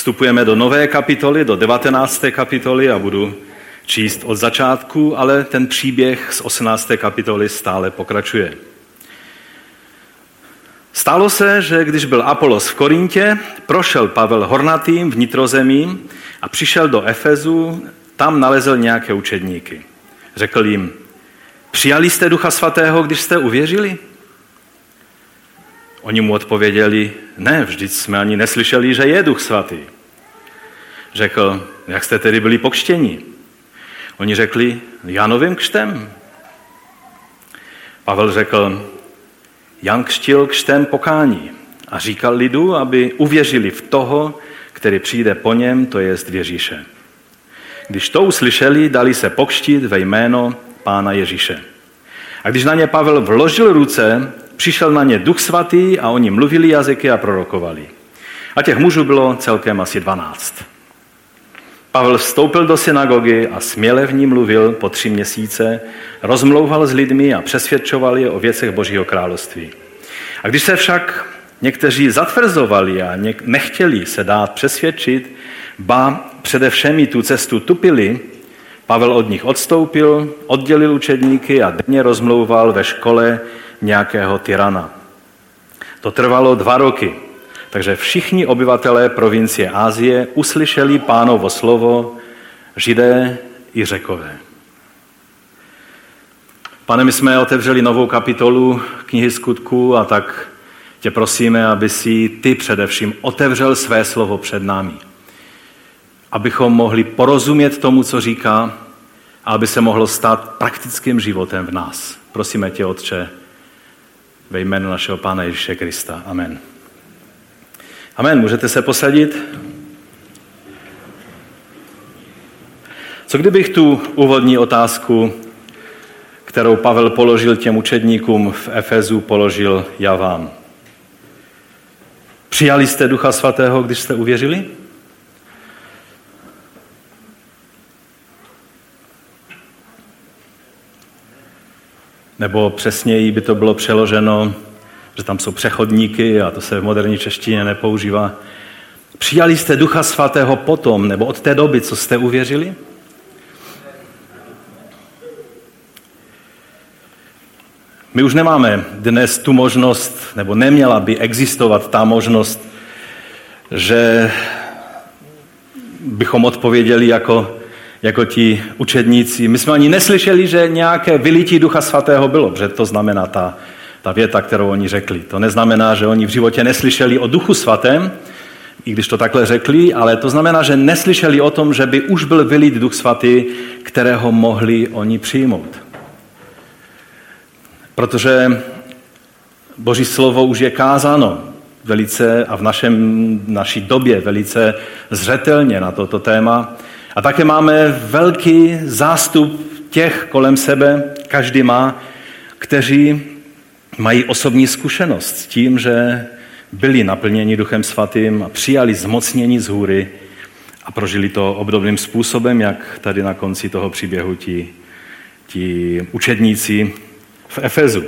Vstupujeme do nové kapitoly, do 19. kapitoly a budu číst od začátku, ale ten příběh z 18. kapitoly stále pokračuje. Stalo se, že když byl Apolos v Korintě, prošel Pavel hornatým vnitrozemím a přišel do Efezu, tam nalezl nějaké učedníky. Řekl jim, přijali jste Ducha Svatého, když jste uvěřili? Oni mu odpověděli, ne, vždyť jsme ani neslyšeli, že je Duch Svatý. Řekl, jak jste tedy byli pokřtěni? Oni řekli, Janovým křtem. Pavel řekl, Jan křtil křtem pokání a říkal lidu, aby uvěřili v toho, který přijde po něm, to jest v Ježíše. Když to uslyšeli, dali se pokřtit ve jméno Pána Ježíše. A když na ně Pavel vložil ruce, přišel na ně Duch Svatý a oni mluvili jazyky a prorokovali. A těch mužů bylo celkem asi 12. Pavel vstoupil do synagogy a směle v ní mluvil po 3 měsíce, rozmlouval s lidmi a přesvědčoval je o věcech Božího království. A když se však někteří zatvrzovali a nechtěli se dát přesvědčit, ba především tu cestu tupili, Pavel od nich odstoupil, oddělil učedníky a denně rozmlouval ve škole nějakého tyrana. To trvalo 2 roky, takže všichni obyvatelé provincie Asie uslyšeli Pánovo slovo, Židé i Řekové. Pane, my jsme otevřeli novou kapitolu knihy Skutků a tak tě prosíme, aby si ty především otevřel své slovo před námi. Abychom mohli porozumět tomu, co říká, a aby se mohlo stát praktickým životem v nás. Prosíme tě, Otče, ve jménu našeho Pána Ježíše Krista. Amen. Amen. Můžete se posadit? Co kdybych tu úvodní otázku, kterou Pavel položil těm učedníkům v Efezu, položil já vám? Přijali jste Ducha Svatého, když jste uvěřili? Nebo přesněji by to bylo přeloženo, že tam jsou přechodníky a to se v moderní češtině nepoužívá. Přijali jste Ducha Svatého potom, nebo od té doby, co jste uvěřili? My už nemáme dnes tu možnost, nebo neměla by existovat ta možnost, že bychom odpověděli jako ti učedníci. My jsme ani neslyšeli, že nějaké vylití Ducha Svatého bylo, protože to znamená ta věta, kterou oni řekli. To neznamená, že oni v životě neslyšeli o Duchu Svatém, i když to takhle řekli, ale to znamená, že neslyšeli o tom, že by už byl vylit Duch Svatý, kterého mohli oni přijmout. Protože Boží slovo už je kázáno velice a v naší době velice zřetelně na toto téma. A také máme velký zástup těch kolem sebe, každý má, kteří mají osobní zkušenost s tím, že byli naplněni Duchem Svatým a přijali zmocnění z hůry a prožili to obdobným způsobem, jak tady na konci toho příběhu ti učedníci v Efezu.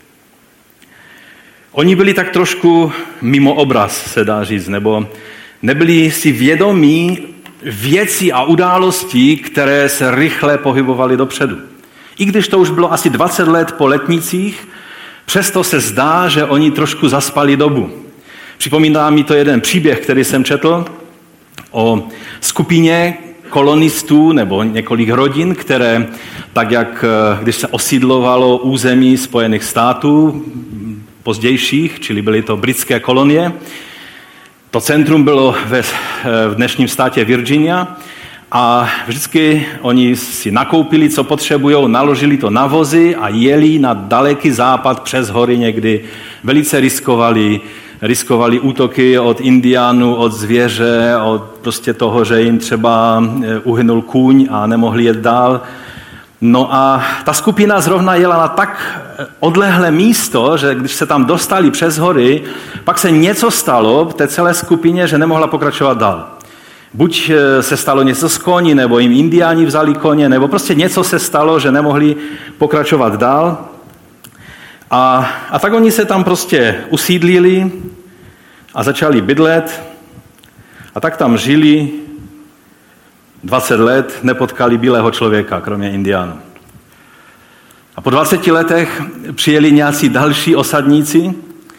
Oni byli tak trošku mimo obraz, se dá říct, nebo nebyli si vědomí věcí a událostí, které se rychle pohybovaly dopředu. I když to už bylo asi 20 let po letnicích, přesto se zdá, že oni trošku zaspali dobu. Připomíná mi to jeden příběh, který jsem četl o skupině kolonistů nebo několik rodin, které, tak jak když se osídlovalo území Spojených států pozdějších, čili byly to britské kolonie, to centrum bylo v dnešním státě Virginia a vždycky oni si nakoupili, co potřebujou, naložili to na vozy a jeli na daleký západ přes hory někdy. Velice riskovali útoky od indiánů, od zvěře, od prostě toho, že jim třeba uhynul kůň a nemohli jet dál. No a ta skupina zrovna jela na tak odlehlé místo, že když se tam dostali přes hory, pak se něco stalo v té celé skupině, že nemohla pokračovat dál. Buď se stalo něco s koní, nebo jim indiáni vzali koně, nebo prostě něco se stalo, že nemohli pokračovat dál. A tak oni se tam prostě usídlili a začali bydlet. A tak tam žili 20 let, nepotkali bílého člověka, kromě Indiánů. A po 20 letech přijeli nějací další osadníci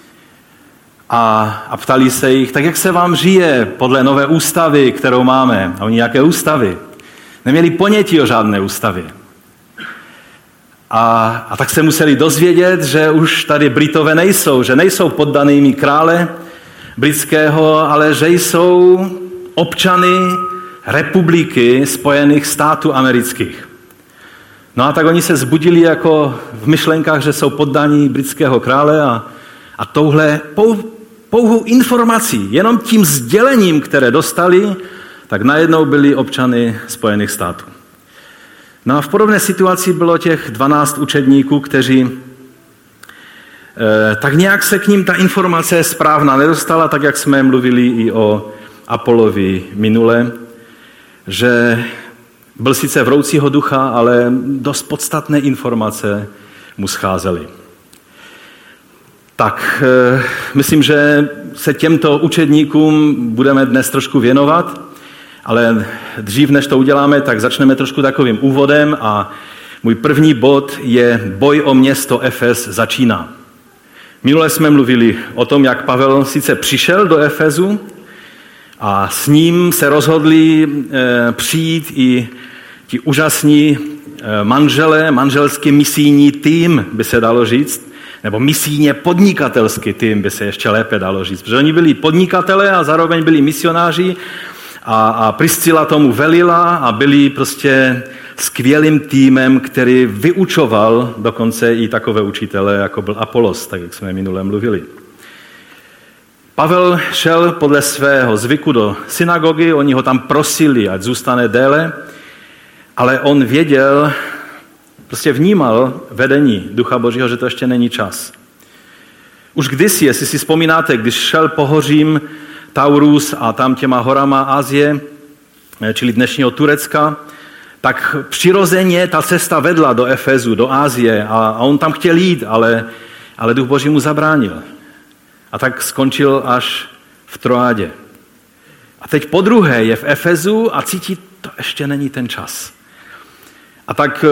a ptali se jich, tak jak se vám žije podle nové ústavy, kterou máme? A oni, jaké ústavy? Neměli ponětí o žádné ústavě. A tak se museli dozvědět, že už tady Britové nejsou, že nejsou poddanými krále britského, ale že jsou občany republiky Spojených států amerických. No a tak oni se zbudili jako v myšlenkách, že jsou poddaní britského krále a touhle pouhou informací, jenom tím sdělením, které dostali, tak najednou byli občany Spojených států. No a v podobné situaci bylo těch 12 učedníků, kteří tak nějak se k ním ta informace správná nedostala, tak jak jsme mluvili i o Apolovi minule, že byl sice vroucího ducha, ale dost podstatné informace mu scházely. Tak myslím, že se těmto učedníkům budeme dnes trošku věnovat, ale dřív, než to uděláme, tak začneme trošku takovým úvodem a můj první bod je boj o město Efes začíná. Minule jsme mluvili o tom, jak Pavel sice přišel do Efezu a s ním se rozhodli přijít i ti úžasní manželé, manželský misijní tým, by se dalo říct, nebo misijně podnikatelský tým, by se ještě lépe dalo říct, protože oni byli podnikatelé a zároveň byli misionáři a Priscila tomu velila a byli prostě skvělým týmem, který vyučoval dokonce i takové učitele, jako byl Apolos, tak jak jsme minule mluvili. Pavel šel podle svého zvyku do synagogy, oni ho tam prosili, ať zůstane déle, ale on věděl, prostě vnímal vedení Ducha Božího, že to ještě není čas. Už kdysi, jestli si vzpomínáte, když šel pohořím Taurus a tam těma horama Asie, čili dnešního Turecka, tak přirozeně ta cesta vedla do Efezu, do Asie a on tam chtěl jít, ale Duch Boží mu zabránil. A tak skončil až v Troádě. A teď podruhé je v Efezu a cítí, to ještě není ten čas. A tak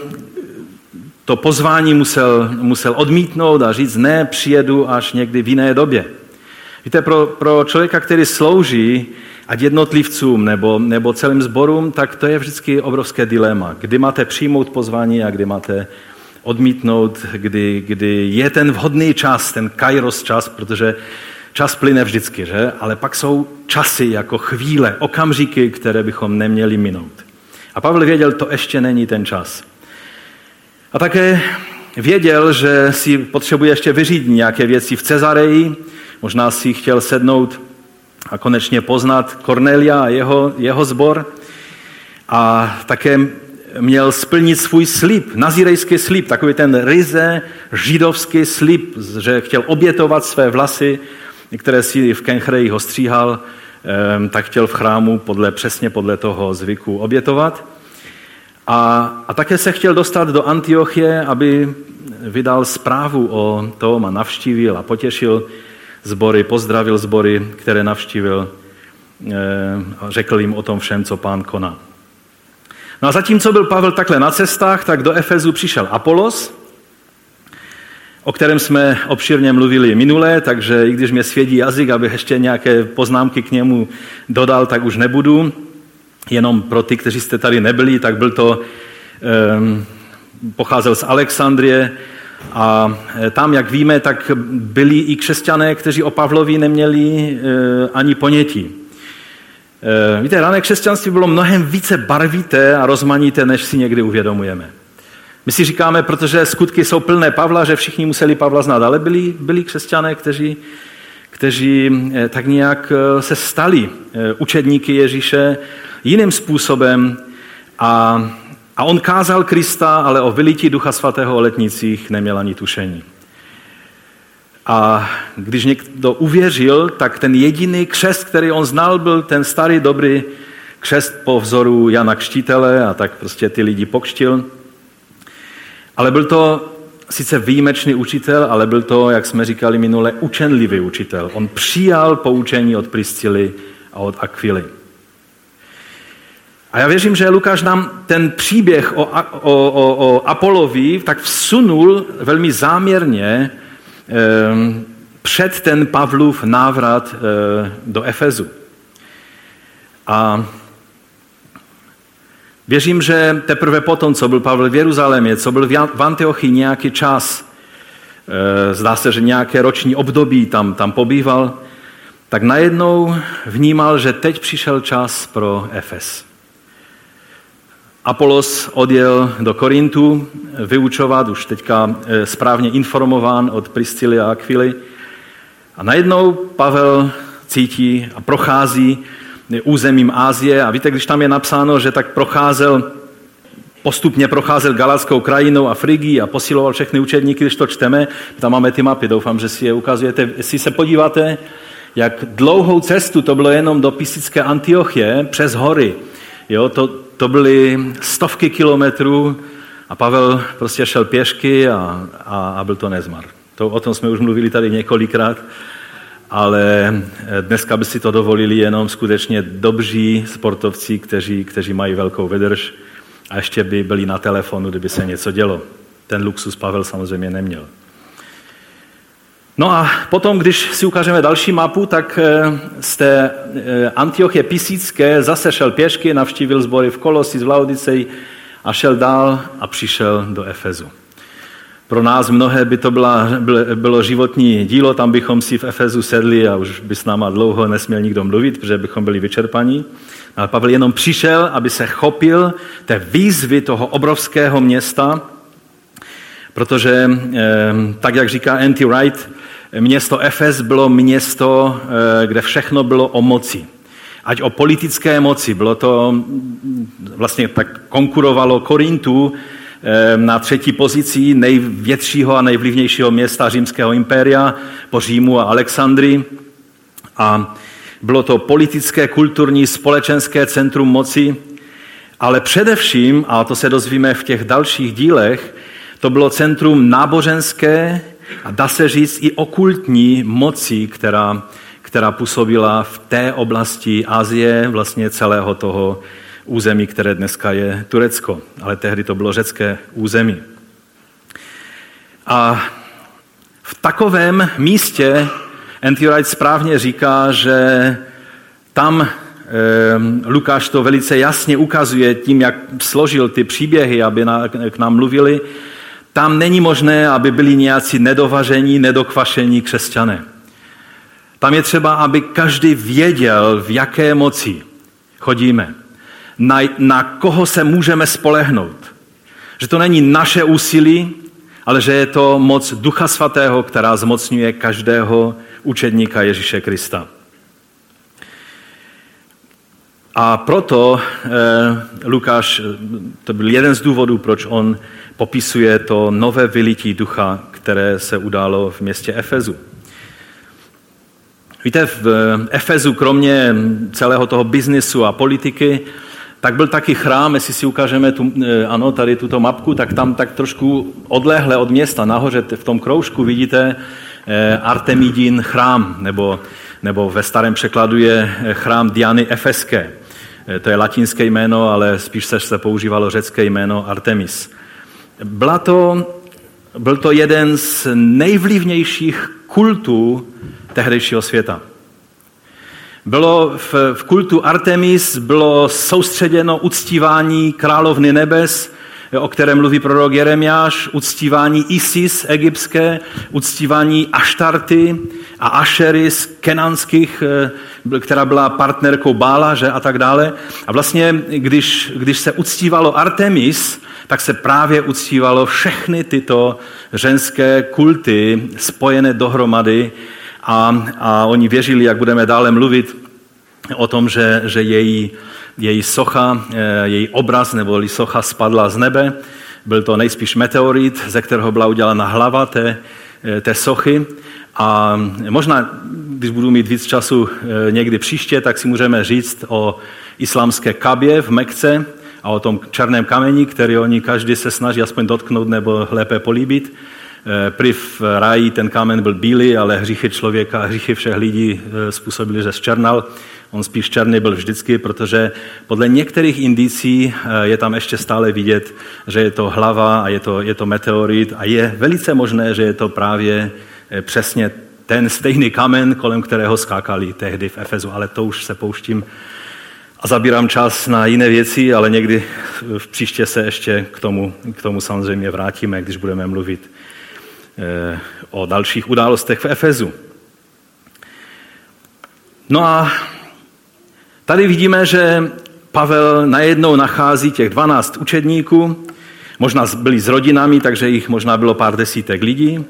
to pozvání musel odmítnout a říct, ne, přijedu až někdy v jiné době. Víte, pro člověka, který slouží, ať jednotlivcům nebo celým sborům, tak to je vždycky obrovské dilema. Kdy máte přijmout pozvání a kdy máte odmítnout, kdy je ten vhodný čas, ten kairos čas, protože čas plyne vždycky, že? Ale pak jsou časy jako chvíle, okamžiky, které bychom neměli minout. A Pavel věděl, to ještě není ten čas. A také věděl, že si potřebuje ještě vyřídit nějaké věci v Cezareji, možná si chtěl sednout a konečně poznat Kornelia a jeho sbor. A také měl splnit svůj slib, nazírejský slib, takový ten ryze židovský slib, že chtěl obětovat své vlasy, které si v Kenchreji ho stříhal, tak chtěl v chrámu přesně podle toho zvyku obětovat. A také se chtěl dostat do Antiochie, aby vydal zprávu o tom a navštívil a potěšil sbory, pozdravil sbory, které navštívil, řekl jim o tom všem, co Pán koná. No a zatímco byl Pavel takhle na cestách, tak do Efezu přišel Apolos, o kterém jsme obšírně mluvili minule, takže i když mě svědí jazyk, abych ještě nějaké poznámky k němu dodal, tak už nebudu. Jenom pro ty, kteří jste tady nebyli, tak pocházel z Alexandrie a tam, jak víme, tak byli i křesťané, kteří o Pavlovi neměli ani ponětí. Víte, rané křesťanství bylo mnohem více barvité a rozmanité, než si někdy uvědomujeme. My si říkáme, protože skutky jsou plné Pavla, že všichni museli Pavla znát, ale byli křesťané, kteří tak nějak se stali učedníky Ježíše jiným způsobem a on kázal Krista, ale o vylití Ducha Svatého o letnicích neměl ani tušení. A když někdo uvěřil, tak ten jediný křest, který on znal, byl ten starý dobrý křest po vzoru Jana Křtitele a tak prostě ty lidi pokřtil. Ale byl to sice výjimečný učitel, ale byl to, jak jsme říkali minule, učenlivý učitel. On přijal poučení od Priscily a od Aquily. A já věřím, že Lukáš nám ten příběh o Apolovi tak vsunul velmi záměrně před ten Pavlův návrat do Efezu. A věřím, že teprve potom, co byl Pavel v Jeruzalémě, co byl v Antiochii nějaký čas, zdá se, že nějaké roční období tam pobýval, tak najednou vnímal, že teď přišel čas pro Efes. Apolos odjel do Korintu vyučovat, už teďka správně informován od Priscily a Aquily. A najednou Pavel cítí a prochází územím Asie. A víte, když tam je napsáno, že tak postupně procházel Galatskou krajinou a Frygii a posiloval všechny učedníky, když to čteme, tam máme ty mapy, doufám, že si je ukazujete. Jestli se podíváte, jak dlouhou cestu to bylo jenom do Pisické Antiochie přes hory. Jo, to byly stovky kilometrů a Pavel prostě šel pěšky a byl to nezmar. O tom jsme už mluvili tady několikrát, ale dneska by si to dovolili jenom skutečně dobří sportovci, kteří mají velkou vydrž a ještě by byli na telefonu, kdyby se něco dělo. Ten luxus Pavel samozřejmě neměl. No a potom, když si ukážeme další mapu, tak z té Antiochie Pisické zase šel pěšky, navštívil sbory v Kolosi, v Laodiceji a šel dál a přišel do Efezu. Pro nás mnohé by to bylo životní dílo, tam bychom si v Efezu sedli a už by s náma dlouho nesměl nikdo mluvit, protože bychom byli vyčerpaní. Ale Pavel jenom přišel, aby se chopil té výzvy toho obrovského města, protože, tak jak říká N.T. Wright, město Efes bylo město, kde všechno bylo o moci. Ať o politické moci, bylo to vlastně tak konkurovalo Korintu na 3. pozici největšího a nejvlivnějšího města římského impéria po Římu a Alexandrii. A bylo to politické, kulturní, společenské centrum moci, ale především, a to se dozvíme v těch dalších dílech, to bylo centrum náboženské a dá se říct i okultní moci, která působila v té oblasti Asie, vlastně celého toho území, které dneska je Turecko, ale tehdy to bylo řecké území. A v takovém místě N.T. Wright správně říká, že tam Lukáš to velice jasně ukazuje tím, jak složil ty příběhy, aby k nám mluvili. Tam není možné, aby byli nějací nedovažení, nedokvašení křesťané. Tam je třeba, aby každý věděl, v jaké moci chodíme, na koho se můžeme spolehnout. Že to není naše úsilí, ale že je to moc Ducha Svatého, která zmocňuje každého učedníka Ježíše Krista. A proto Lukáš, to byl jeden z důvodů, proč on popisuje to nové vylití ducha, které se událo v městě Efezu. Víte, v Efezu kromě celého toho biznisu a politiky, tak byl taky chrám, jestli si ukážeme tady tuto mapku, tak tam tak trošku odlehle od města, nahoře v tom kroužku vidíte Artemidin chrám, nebo ve starém překladu je chrám Diany Efeské. To je latinské jméno, ale spíš se používalo řecké jméno Artemis. Byl to jeden z nejvlivnějších kultů tehdejšího světa. V kultu Artemis bylo soustředěno uctívání královny nebes, o kterém mluví prorok Jeremiáš, uctívání Isis egyptské, uctívání Aštarty a Ašery z kenanských, která byla partnerkou Bála, a tak dále. A vlastně, když se uctívalo Artemis, tak se právě uctívalo všechny tyto ženské kulty spojené dohromady a oni věřili, jak budeme dále mluvit o tom, že její socha, její obraz nebo socha spadla z nebe. Byl to nejspíš meteorit, ze kterého byla udělána hlava té sochy. A možná, když budu mít víc času někdy příště, tak si můžeme říct o islámské Kabě v Mekce a o tom černém kameni, který oni každý se snaží aspoň dotknout nebo lépe políbit. Prý v ráji ten kámen byl bílý, ale hříchy člověka a hříchy všech lidí způsobili, že zčernal. On spíš černý byl vždycky, protože podle některých indicí je tam ještě stále vidět, že je to hlava a je to meteorit a je velice možné, že je to právě přesně ten stejný kamen, kolem kterého skákali tehdy v Efezu. Ale to už se pouštím a zabírám čas na jiné věci, ale někdy v příště se ještě k tomu samozřejmě vrátíme, když budeme mluvit o dalších událostech v Efezu. No a tady vidíme, že Pavel najednou nachází těch 12 učedníků, možná byli s rodinami, takže jich možná bylo pár desítek lidí.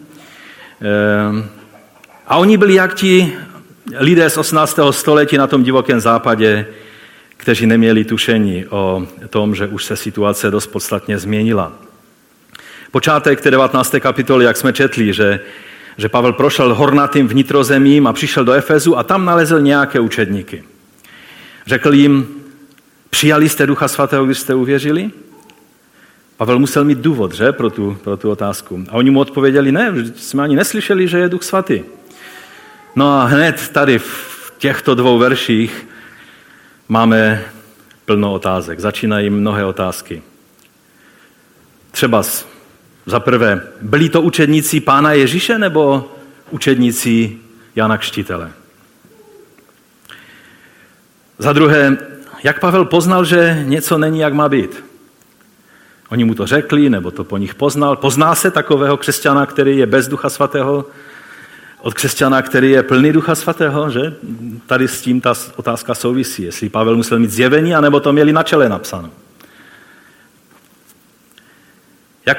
A oni byli jak ti lidé z 18. století na tom divokém západě, kteří neměli tušení o tom, že už se situace dost podstatně změnila. Počátek té 19. kapitoly, jak jsme četli, že Pavel prošel hornatým vnitrozemím a přišel do Efezu a tam nalezl nějaké učedníky. Řekl jim, přijali jste Ducha Svatého, když jste uvěřili? Pavel musel mít důvod, že, pro tu otázku. A oni mu odpověděli, ne, jsme ani neslyšeli, že je Duch Svatý. No a hned tady v těchto 2 verších máme plno otázek. Začínají mnohé otázky. Třeba za prvé, byli to učedníci Pána Ježíše nebo učedníci Jana Křtitele? Za druhé, jak Pavel poznal, že něco není, jak má být? Oni mu to řekli, nebo to po nich poznal. Pozná se takového křesťana, který je bez Ducha Svatého, od křesťana, který je plný Ducha Svatého, že? Tady s tím ta otázka souvisí. Jestli Pavel musel mít zjevení, anebo to měli na čele napsáno. Jak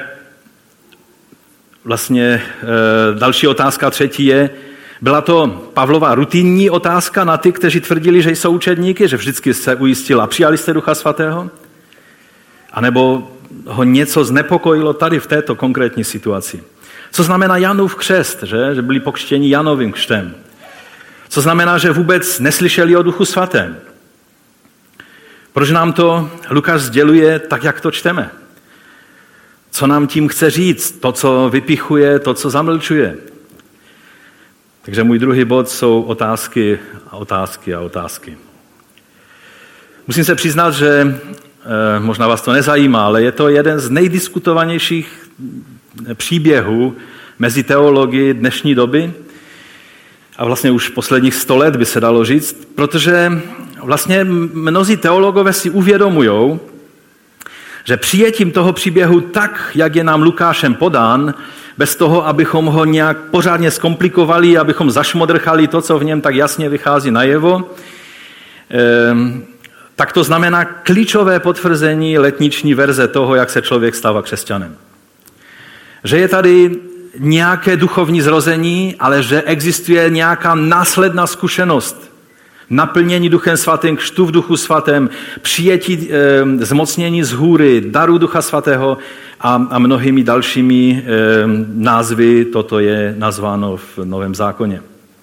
vlastně další otázka, třetí je, byla to Pavlova rutinní otázka na ty, kteří tvrdili, že jsou učedníky, že vždycky se ujistil a přijali jste Ducha Svatého? A nebo ho něco znepokojilo tady v této konkrétní situaci? Co znamená Janův křest, že byli pokřtěni Janovým křtem? Co znamená, že vůbec neslyšeli o Duchu Svatém? Proč nám to Lukáš sděluje tak, jak to čteme? Co nám tím chce říct? To, co vypichuje, to, co zamlčuje. Takže můj druhý bod jsou otázky a otázky a otázky. Musím se přiznat, že možná vás to nezajímá, ale je to jeden z nejdiskutovanějších příběhů mezi teology dnešní doby a vlastně už posledních 100 let by se dalo říct, protože vlastně mnozí teologové si uvědomujou, že přijetím toho příběhu tak, jak je nám Lukášem podán, bez toho, abychom ho nějak pořádně zkomplikovali, abychom zašmodrchali to, co v něm tak jasně vychází najevo, tak to znamená klíčové potvrzení letniční verze toho, jak se člověk stává křesťanem. Že je tady nějaké duchovní zrození, ale že existuje nějaká následná zkušenost, naplnění Duchem Svatým, křtu v Duchu Svatém, přijetí zmocnění z hůry, daru Ducha Svatého a mnohými dalšími názvy toto je nazváno v Novém zákoně.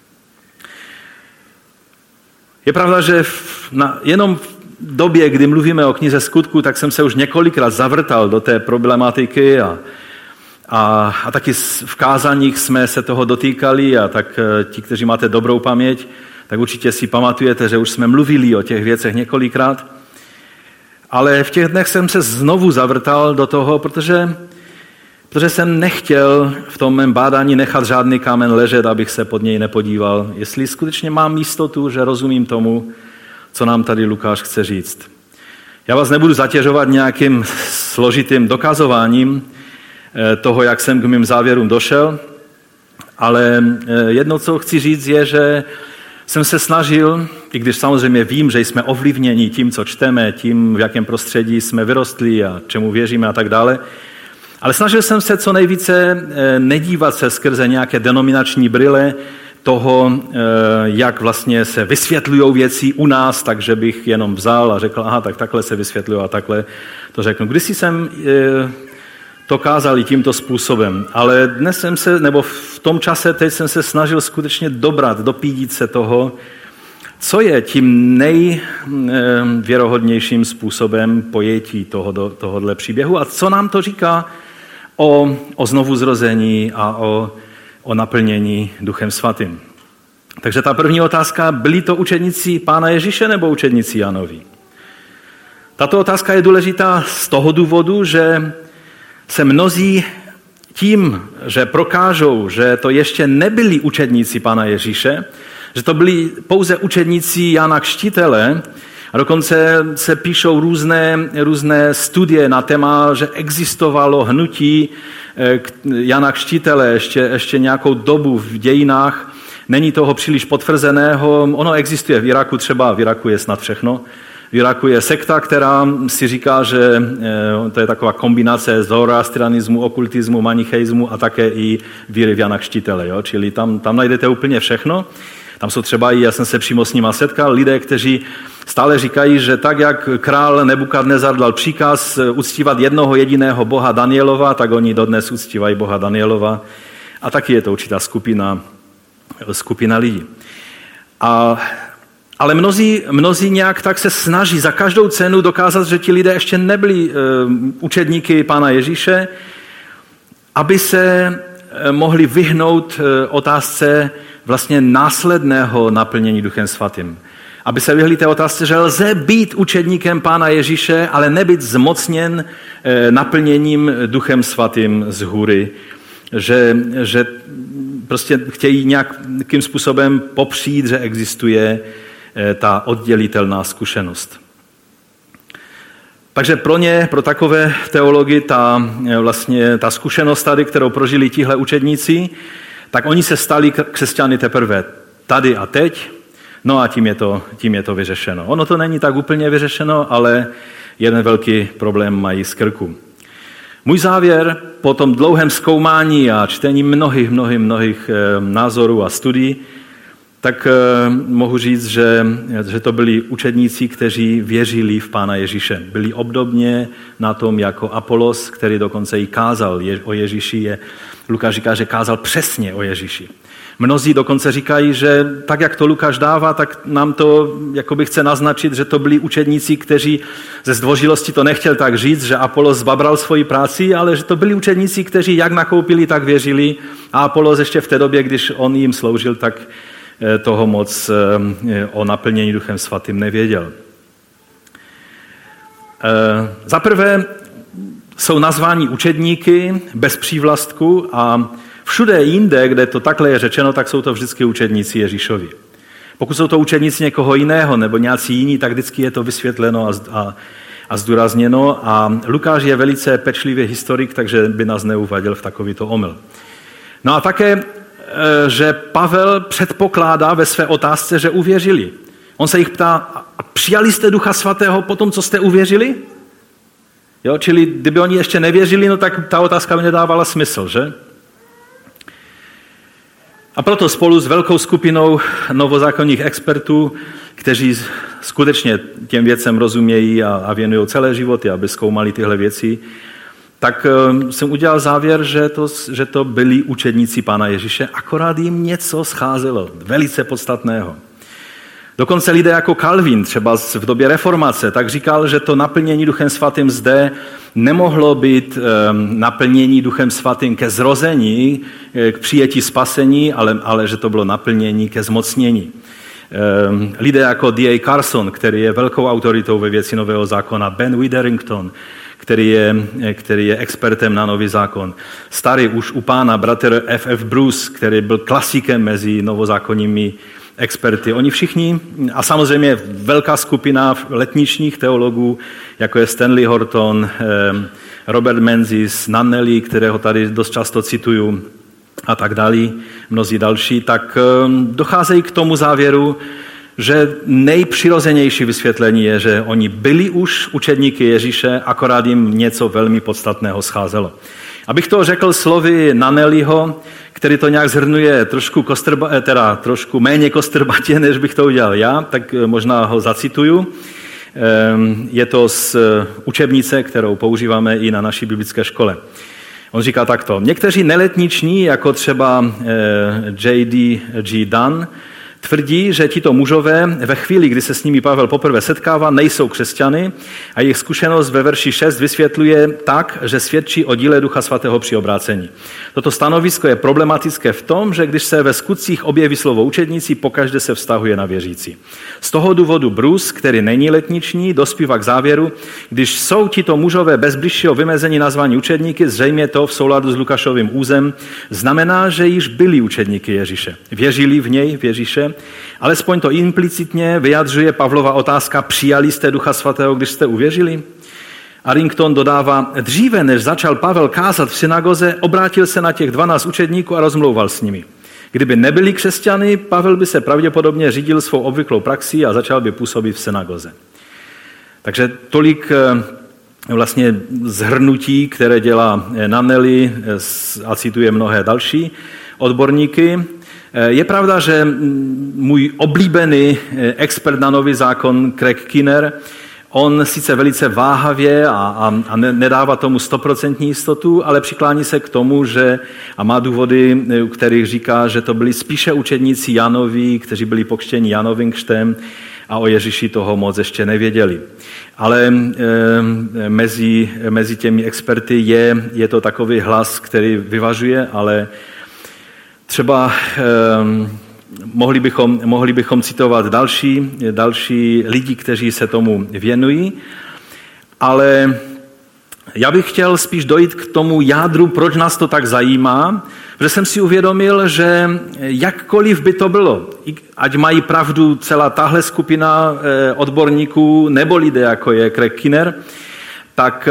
Je pravda, že jenom v době, kdy mluvíme o knize Skutků, tak jsem se už několikrát zavrtal do té problematiky a taky v kázaních jsme se toho dotýkali a tak ti, kteří máte dobrou paměť, tak určitě si pamatujete, že už jsme mluvili o těch věcech několikrát. Ale v těch dnech jsem se znovu zavrtal do toho, protože jsem nechtěl v tom mém bádání nechat žádný kámen ležet, abych se pod něj nepodíval. Jestli skutečně mám jistotu, že rozumím tomu, co nám tady Lukáš chce říct. Já vás nebudu zatěžovat nějakým složitým dokazováním toho, jak jsem k mým závěrům došel, ale jedno, co chci říct, je, že jsem se snažil, i když samozřejmě vím, že jsme ovlivněni tím, co čteme, tím, v jakém prostředí jsme vyrostli a čemu věříme a tak dále, ale snažil jsem se co nejvíce nedívat se skrze nějaké denominační brýle toho, jak vlastně se vysvětlují věci u nás, takže bych jenom vzal a řekl, aha, tak takhle se vysvětlují a takhle to řeknu. Kdysi jsem to kázal i tímto způsobem, ale dnes jsem se, nebo v tom čase teď jsem se snažil skutečně dobrat, dopídit se toho, co je tím nejvěrohodnějším způsobem pojetí tohohle příběhu a co nám to říká o znovuzrození a o naplnění Duchem Svatým. Takže ta první otázka, byli to učedníci Pána Ježíše nebo učedníci Janovi? Tato otázka je důležitá z toho důvodu, že se mnozí tím, že prokážou, že to ještě nebyli učedníci Pána Ježíše, že to byli pouze učedníci Jana Křtitele, a dokonce se píšou různé studie na téma, že existovalo hnutí Jana Křtitele ještě nějakou dobu v dějinách. Není toho příliš potvrzeného. Ono existuje v Iraku, třeba v Iraku je snad všechno. V Iraku je sekta, která si říká, že to je taková kombinace zoroastrianismu, okultismu, manicheismu a také i víry v Jana Křtitele. Jo? Čili tam najdete úplně všechno. Tam jsou třeba i, já jsem se přímo s nima setkal, lidé, kteří stále říkají, že tak, jak král Nebukadnezar dal příkaz uctívat jednoho jediného boha Danielova, tak oni dodnes uctívají boha Danielova. A taky je to určitá skupina lidí. Ale mnozí nějak tak se snaží za každou cenu dokázat, že ti lidé ještě nebyli učedníky Pána Ježíše, aby se mohli vyhnout otázce vlastně následného naplnění Duchem Svatým. Aby se vyhli té otázce, že lze být učedníkem Pána Ježíše, ale nebyt zmocněn naplněním Duchem Svatým z hůry. Že prostě chtějí nějakým způsobem popřít, že existuje ta oddělitelná zkušenost. Takže pro takové teology ta zkušenost tady, kterou prožili tihle učedníci, tak oni se stali křesťany teprve tady a teď, no a tím je to vyřešeno. Ono to není tak úplně vyřešeno, ale jeden velký problém mají z krku. Můj závěr po tom dlouhém zkoumání a čtení mnohých názorů a studií, tak mohu říct, že to byli učedníci, kteří věřili v Pána Ježíše. Byli obdobně na tom jako Apolos, který dokonce i kázal o Ježíši. Lukáš říká, že kázal přesně o Ježíši. Mnozí dokonce říkají, že tak, jak to Lukáš dává, tak nám to jakoby chce naznačit, že to byli učedníci, kteří ze zdvořilosti to nechtěl tak říct, že Apolos zbabral svoji práci, ale že to byli učedníci, kteří jak nakoupili, tak věřili. A Apolos ještě v té době, když on jim sloužil, tak toho moc o naplnění Duchem Svatým nevěděl. Za prvé jsou nazváni učedníky bez přívlastku a všude jinde, kde to takhle je řečeno, tak jsou to vždycky učedníci Ježíšovi. Pokud jsou to učedníci někoho jiného nebo nějací jiní, tak vždycky je to vysvětleno a zdůrazněno a Lukáš je velice pečlivý historik, takže by nás neuváděl v takovýto omyl. No a také, že Pavel předpokládá ve své otázce, že uvěřili. On se jich ptá, a přijali jste Ducha Svatého po tom, co jste uvěřili? Jo, čili kdyby oni ještě nevěřili, no tak ta otázka by nedávala smysl, že? A proto spolu s velkou skupinou novozákonních expertů, kteří skutečně těm věcem rozumějí a věnují celé životy, aby zkoumali tyhle věci, tak jsem udělal závěr, že to byli učedníci Pána Ježíše, akorát jim něco scházelo, velice podstatného. Dokonce lidé jako Calvin, třeba v době reformace, tak říkal, že to naplnění Duchem Svatým zde nemohlo být naplnění Duchem Svatým ke zrození, k přijetí spasení, ale že to bylo naplnění ke zmocnění. Lidé jako D.A. Carson, který je velkou autoritou ve věci Nového zákona, Ben Witherington, který je expertem na Nový zákon. Starý už u Pána bratr F.F. Bruce, který byl klasikem mezi novozákonními experty. Oni všichni, a samozřejmě velká skupina letničních teologů, jako je Stanley Horton, Robert Menzies, Nannelly, kterého tady dost často cituju, a tak dále, mnozí další, tak docházejí k tomu závěru, že nejpřirozenější vysvětlení je, že oni byli už učedníky Ježíše, akorát jim něco velmi podstatného scházelo. Abych to řekl slovy Nannellyho, který to nějak zhrnuje trošku méně kostrbatě, než bych to udělal já, tak možná ho zacituju. Je to z učebnice, kterou používáme i na naší biblické škole. On říká takto. Někteří neletniční, jako třeba J.D.G. Dunn, Tvrdí, že tito mužové ve chvíli, kdy se s nimi Pavel poprvé setkává, nejsou křesťany a jejich zkušenost ve verši 6 vysvětluje tak, že svědčí o díle Ducha Svatého při obrácení. Toto stanovisko je problematické v tom, že když se ve skutcích objeví slovo učedníci, pokaždé se vztahuje na věřící. Z toho důvodu Bruce, který není letniční, dospívá k závěru, když jsou tito mužové bez bližšího vymezení nazvaní učedníky, zřejmě to v souladu s Lukášovým územ znamená, že již byli učedníky Ježíše. Věřili v něj, v Ježíše, alespoň to implicitně vyjadřuje Pavlova otázka, přijali jste Ducha Svatého, když jste uvěřili? Arrington dodává, dříve než začal Pavel kázat v synagoze, obrátil se na těch 12 učedníků a rozmlouval s nimi. Kdyby nebyli křesťany, Pavel by se pravděpodobně řídil svou obvyklou praxí a začal by působit v synagoze. Takže tolik vlastně zhrnutí, které dělá Nannelly a cituje mnohé další odborníky. Je pravda, že můj oblíbený expert na Nový zákon Craig Kinner, on sice velice váhavě a nedává tomu 100% jistotu, ale přiklání se k tomu, že a má důvody, u kterých říká, že to byli spíše učedníci Janovi, kteří byli pokřtěni Janovým křtem a o Ježíši toho moc ještě nevěděli. Ale mezi těmi experty je to takový hlas, který vyvažuje, ale třeba mohli bychom citovat další lidi, kteří se tomu věnují, ale já bych chtěl spíš dojít k tomu jádru, proč nás to tak zajímá, protože jsem si uvědomil, že jakkoliv by to bylo, ať mají pravdu celá tahle skupina odborníků nebo lidé, jako je Craig Kinner, tak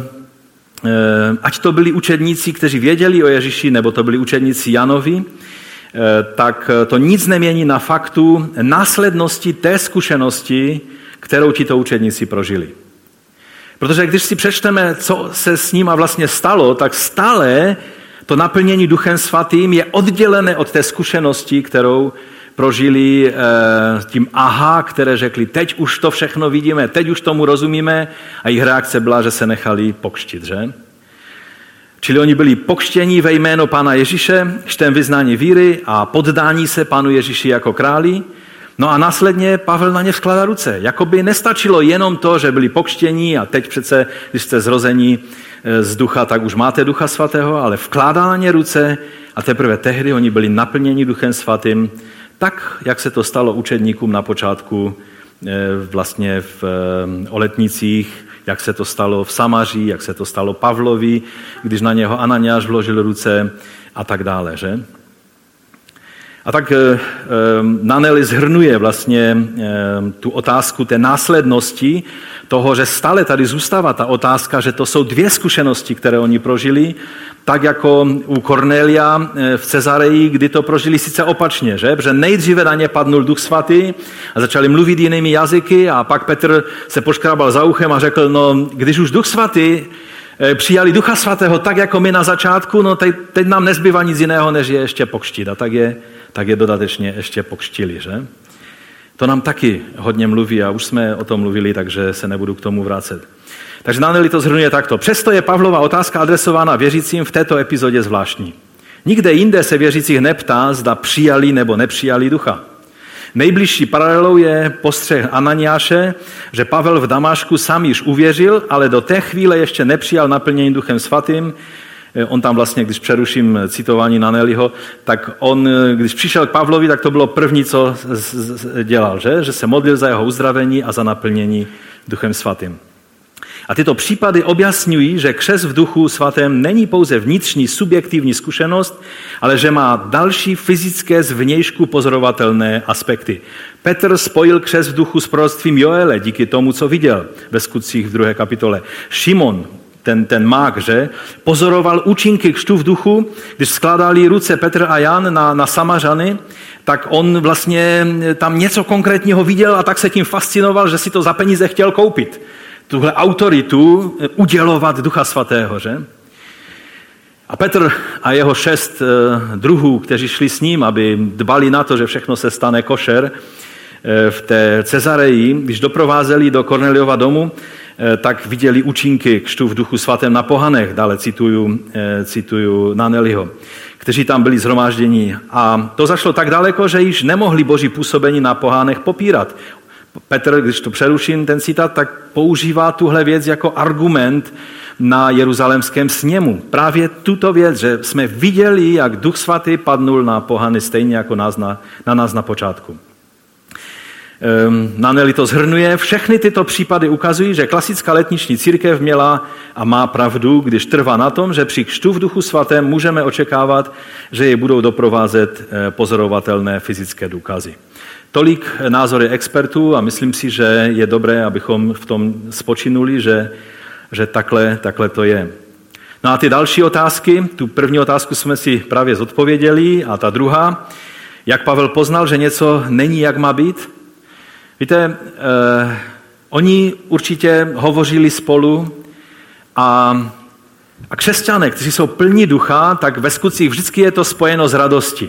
ať to byli učedníci, kteří věděli o Ježíši, nebo to byli učedníci Janovi, tak to nic nemění na faktu následnosti té zkušenosti, kterou tito učedníci prožili. Protože když si přečteme, co se s nima vlastně stalo, tak stále to naplnění Duchem Svatým je oddělené od té zkušenosti, kterou prožili tím které řekli, teď už to všechno vidíme, teď už tomu rozumíme, a jejich reakce byla, že se nechali pokřtít, že? Čili oni byli pokřtěni ve jméno Pána Ježíše, křtem vyznání víry a poddání se Pánu Ježíši jako králi. No a následně Pavel na ně vkládá ruce. Jakoby nestačilo jenom to, že byli pokřtění a teď přece, když jste zrození z ducha, tak už máte Ducha Svatého, ale vkládá na ně ruce a teprve tehdy oni byli naplněni Duchem Svatým, tak, jak se to stalo učedníkům na počátku vlastně o letnicích, jak se to stalo v Samaří, jak se to stalo Pavlovi, když na něho Ananiáš vložil ruce a tak dále, že? A tak Nannelly shrnuje vlastně tu otázku té následnosti toho, že stále tady zůstává ta otázka, že to jsou dvě zkušenosti, které oni prožili, tak jako u Kornélia v Cezareji, kdy to prožili sice opačně, že? Protože nejdříve na ně padnul Duch Svatý a začali mluvit jinými jazyky a pak Petr se poškrábal za uchem a řekl, no když už Duch Svatý přijali Ducha Svatého tak jako my na začátku, no teď nám nezbývá nic jiného, než je ještě pokřtít a tak je dodatečně ještě pokřtili, že? To nám taky hodně mluví a už jsme o tom mluvili, takže se nebudu k tomu vracet. Takže Nannelly to shrnuje takto. Přesto je Pavlova otázka adresována věřícím v této epizodě zvláštní. Nikde jinde se věřících neptá, zda přijali nebo nepřijali Ducha. Nejbližší paralelou je postřeh Ananiáše, že Pavel v Damašku sám již uvěřil, ale do té chvíle ještě nepřijal naplnění Duchem Svatým. On tam vlastně, když přeruším citování Nannellyho, tak on, když přišel k Pavlovi, tak to bylo první, co dělal, že se modlil za jeho uzdravení a za naplnění Duchem Svatým. A tyto případy objasňují, že křest v Duchu Svatém není pouze vnitřní subjektivní zkušenost, ale že má další fyzické zvnějšku pozorovatelné aspekty. Petr spojil křest v Duchu s proroctvím Joele díky tomu, co viděl ve Skutcích v 2. kapitole. Šimon, ten mák, že, pozoroval účinky křtu v duchu, když skládali ruce Petr a Jan na Samařany, tak on vlastně tam něco konkrétního viděl a tak se tím fascinoval, že si to za peníze chtěl koupit. Tuhle autoritu udělovat Ducha Svatého, že? A Petr a jeho 6 druhů, kteří šli s ním, aby dbali na to, že všechno se stane košer v té Cezareji, když doprovázeli do Korneliova domu, tak viděli účinky křtu v Duchu svatém na pohanech, dále cituju Naneliho, kteří tam byli shromážděni. A to zašlo tak daleko, že již nemohli Boží působení na pohánech popírat. Petr, když to přeruším, ten citát, tak používá tuhle věc jako argument na jeruzalémském sněmu. Právě tuto věc, že jsme viděli, jak Duch svatý padnul na pohany stejně jako na nás na počátku. Naneli to shrnuje. Všechny tyto případy ukazují, že klasická letniční církev měla a má pravdu, když trvá na tom, že při křtu v Duchu svatém můžeme očekávat, že je budou doprovázet pozorovatelné fyzické důkazy. Tolik názory expertů a myslím si, že je dobré, abychom v tom spočinuli, že takhle to je. No a ty další otázky, tu první otázku jsme si právě zodpověděli a ta druhá, jak Pavel poznal, že něco není, jak má být. Víte, oni určitě hovořili spolu a křesťané, kteří jsou plní ducha, tak ve skutcích vždycky je to spojeno s radostí.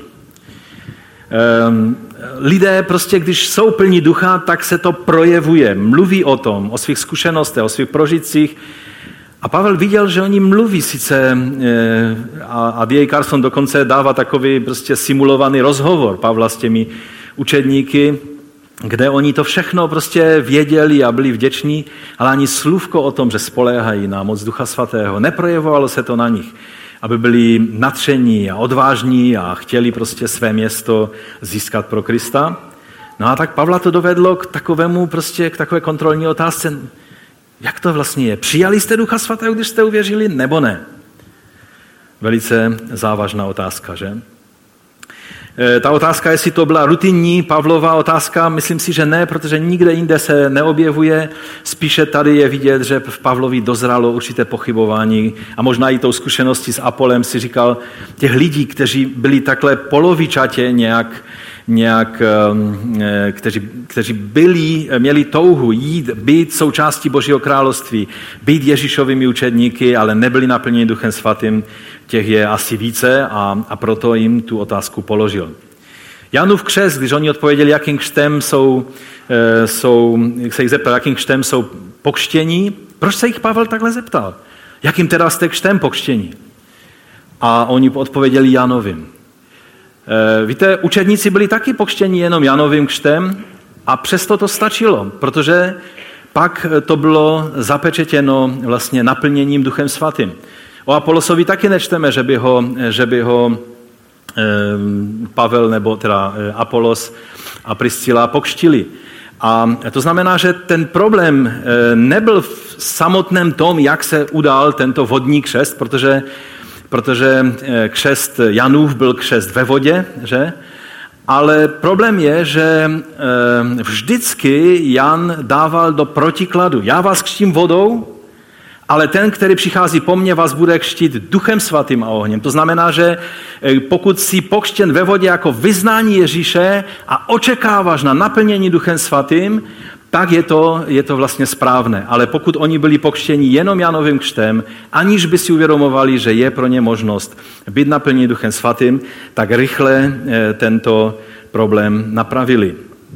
Lidé prostě, když jsou plní ducha, tak se to projevuje, mluví o tom, o svých zkušenostech, o svých prožitcích. A Pavel viděl, že oni mluví sice, a D.A. Carson dokonce dává takový prostě simulovaný rozhovor Pavla s těmi učedníky, kde oni to všechno prostě věděli a byli vděční, ale ani slůvko o tom, že spoléhají na moc Ducha svatého. Neprojevovalo se to na nich, aby byli nadšení a odvážní a chtěli prostě své město získat pro Krista. No a tak Pavla to dovedlo k takové kontrolní otázce. Jak to vlastně je? Přijali jste Ducha svatého, když jste uvěřili, nebo ne? Velice závažná otázka, že? Ta otázka, jestli to byla rutinní Pavlova otázka, myslím si, že ne, protože nikde jinde se neobjevuje. Spíše tady je vidět, že v Pavlovi dozrálo určité pochybování a možná i tou zkušeností s Apolem si říkal, těch lidí, kteří byli takhle polovičatě kteří měli touhu jít, být součástí Božího království, být Ježíšovými učedníky, ale nebyli naplněni Duchem svatým, těch je asi více a proto jim tu otázku položil. Janův křest, když oni odpověděli, jakým křtem se jich zeptal, jakým křtem jsou pokřtění, proč se jich Pavel takhle zeptal? Jakým teda jste křtem pokřtění? A oni odpověděli Janovým. Víte, učedníci byli taky pokřtěni jenom Janovým křtem a přesto to stačilo, protože pak to bylo zapečetěno vlastně naplněním Duchem svatým. O Apolosovi taky nečteme, že by ho Pavel nebo teda Apolos a Priscila pokřtili. A to znamená, že ten problém nebyl v samotném tom, jak se udal tento vodní křest, protože křest Janův byl křest ve vodě, že? Ale problém je, že vždycky Jan dával do protikladu. Já vás křtím vodou, ale ten, který přichází po mně, vás bude křtít Duchem svatým a ohněm. To znamená, že pokud jsi pokřtěn ve vodě jako vyznání Ježíše a očekáváš na naplnění Duchem svatým, tak je to vlastně správné. Ale pokud oni byli pokřtěni jenom Janovým křtem, aniž by si uvědomovali, že je pro ně možnost být naplněni Duchem svatým, tak rychle tento problém napravili.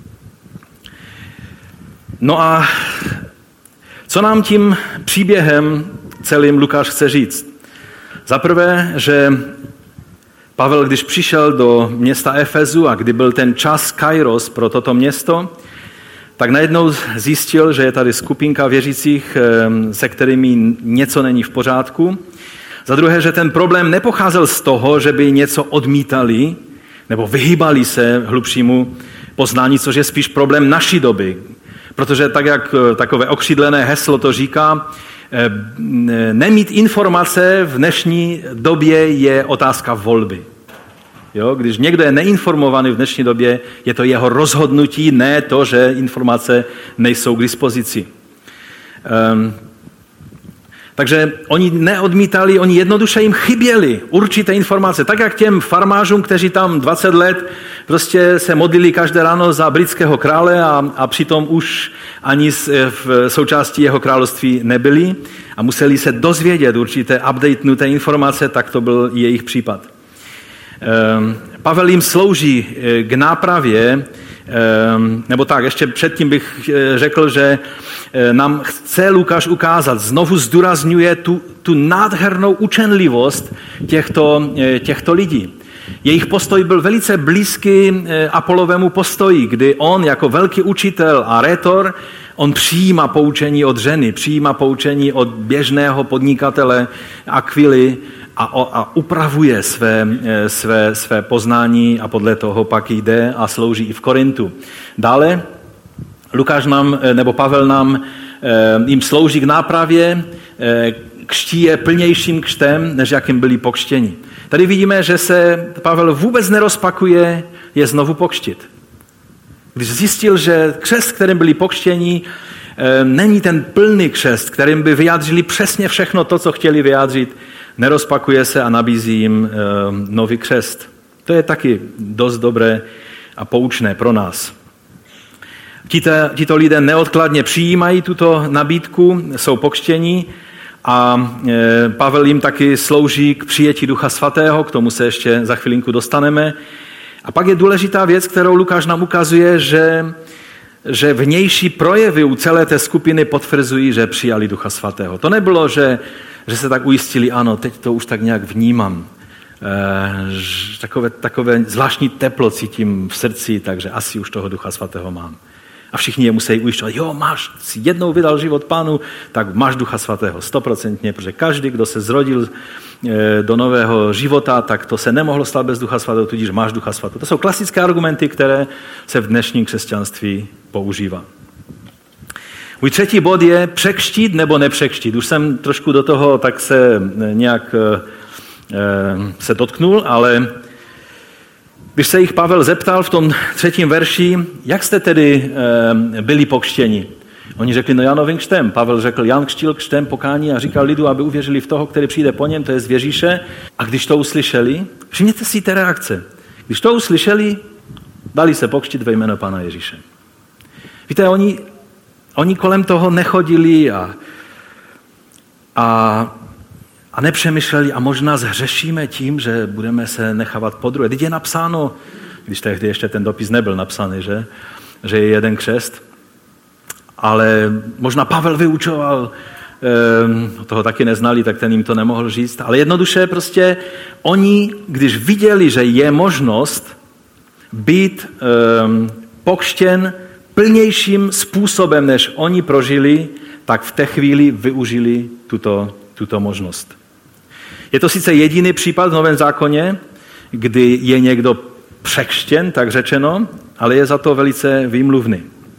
No a co nám tím příběhem celým Lukáš chce říct? Za prvé, že Pavel, když přišel do města Efezu a kdy byl ten čas Kairos pro toto město, tak najednou zjistil, že je tady skupinka věřících, se kterými něco není v pořádku. Za druhé, že ten problém nepocházel z toho, že by něco odmítali nebo vyhýbali se hlubšímu poznání, což je spíš problém naší doby. Protože tak, jak takové okřídlené heslo to říká, nemít informace v dnešní době je otázka volby. Jo? Když někdo je neinformovaný v dnešní době, je to jeho rozhodnutí, ne to, že informace nejsou k dispozici. Takže oni neodmítali, oni jednoduše jim chyběly určité informace. Tak jak těm farmářům, kteří tam 20 let prostě se modlili každé ráno za britského krále a přitom už ani v součástí jeho království nebyli a museli se dozvědět určité updatenuté informace, tak to byl jejich případ. Pavel jim slouží k nápravě Nebo tak, ještě předtím bych řekl, že nám chce Lukáš ukázat, znovu zdůrazňuje tu nádhernou učenlivost těchto lidí. Jejich postoj byl velice blízký Apolovému postoji, kdy on jako velký učitel a rétor, on přijímá poučení od ženy, přijímá poučení od běžného podnikatele Aquily a upravuje své poznání a podle toho pak jde a slouží i v Korintu. Dále Pavel jim slouží k nápravě, křtí je plnějším křtem, než jakým byli pokřtěni. Tady vidíme, že se Pavel vůbec nerozpakuje je znovu pokřtit. Když zjistil, že křest, kterým byli pokřtěni, není ten plný křest, kterým by vyjádřili přesně všechno to, co chtěli vyjádřit, nerozpakuje se a nabízí jim nový křest. To je taky dost dobré a poučné pro nás. Tito lidé neodkladně přijímají tuto nabídku, jsou pokřtěni a Pavel jim taky slouží k přijetí Ducha Svatého, k tomu se ještě za chvilinku dostaneme. A pak je důležitá věc, kterou Lukáš nám ukazuje, že vnější projevy u celé té skupiny potvrzují, že přijali Ducha Svatého. To nebylo, že se tak ujistili, ano, teď to už tak nějak vnímám. Takové zvláštní teplo cítím v srdci, takže asi už toho Ducha Svatého mám. A všichni je musí ujišťovat, jo, si jednou vydal život Pánu, tak máš Ducha Svatého, 100%, protože každý, kdo se zrodil do nového života, tak to se nemohlo stát bez Ducha Svatého, tudíž máš Ducha Svatého. To jsou klasické argumenty, které se v dnešním křesťanství používá. Můj třetí bod je překřtít nebo nepřekřtít. Už jsem trošku do toho tak se nějak se dotknul, ale když se jich Pavel zeptal v tom 3. verši, jak jste tedy byli pokřtěni? Oni řekli, no Janovým křtem. Pavel řekl, Jan křtil křtem pokání a říkal lidu, aby uvěřili v toho, který přijde po něm, to je z Ježíše. A když to uslyšeli, všimněte si té reakce. Když to uslyšeli, dali se pokřtit ve jméno Pána Ježíše. Víte, oni kolem toho nechodili a nepřemýšleli a možná zhřešíme tím, že budeme se nechávat podruhé. Teď je napsáno, když tehdy ještě ten dopis nebyl napsaný, že je jeden křest, ale možná Pavel vyučoval, toho taky neznali, tak ten jim to nemohl říct, ale jednoduše prostě oni, když viděli, že je možnost být pokřtěn plnějším způsobem, než oni prožili, tak v té chvíli využili tuto možnost. Je to sice jediný případ v Novém zákoně, kdy je někdo překřtěn, tak řečeno, ale je za to velice výmluvný.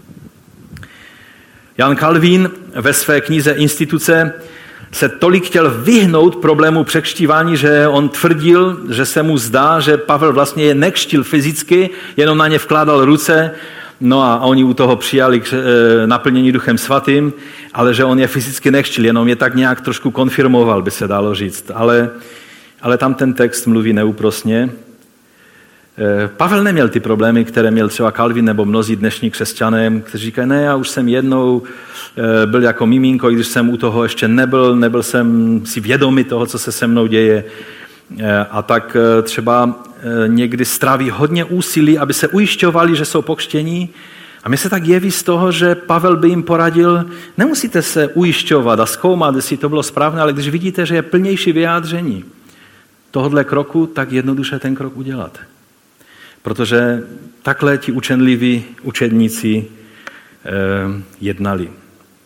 Jan Calvin ve své knize Instituce se tolik chtěl vyhnout problému překřtívání, že on tvrdil, že se mu zdá, že Pavel vlastně je nekřtil fyzicky, jenom na ně vkládal ruce, no a oni u toho přijali naplnění Duchem Svatým, ale že on je fyzicky nekřtil, jenom je tak nějak trošku konfirmoval, by se dalo říct. Ale tam ten text mluví neúprosně. Pavel neměl ty problémy, které měl třeba Calvin nebo mnozí dnešní křesťané, kteří říkají, ne, já už jsem jednou byl jako miminko, i když jsem u toho ještě nebyl jsem si vědomý toho, co se se mnou děje. A tak třeba někdy stráví hodně úsilí, aby se ujišťovali, že jsou pokřtění. A mně se tak jeví z toho, že Pavel by jim poradil, nemusíte se ujišťovat a zkoumat, jestli to bylo správné, ale když vidíte, že je plnější vyjádření tohodle kroku, tak jednoduše ten krok udělat. Protože takhle ti učenliví učedníci jednali.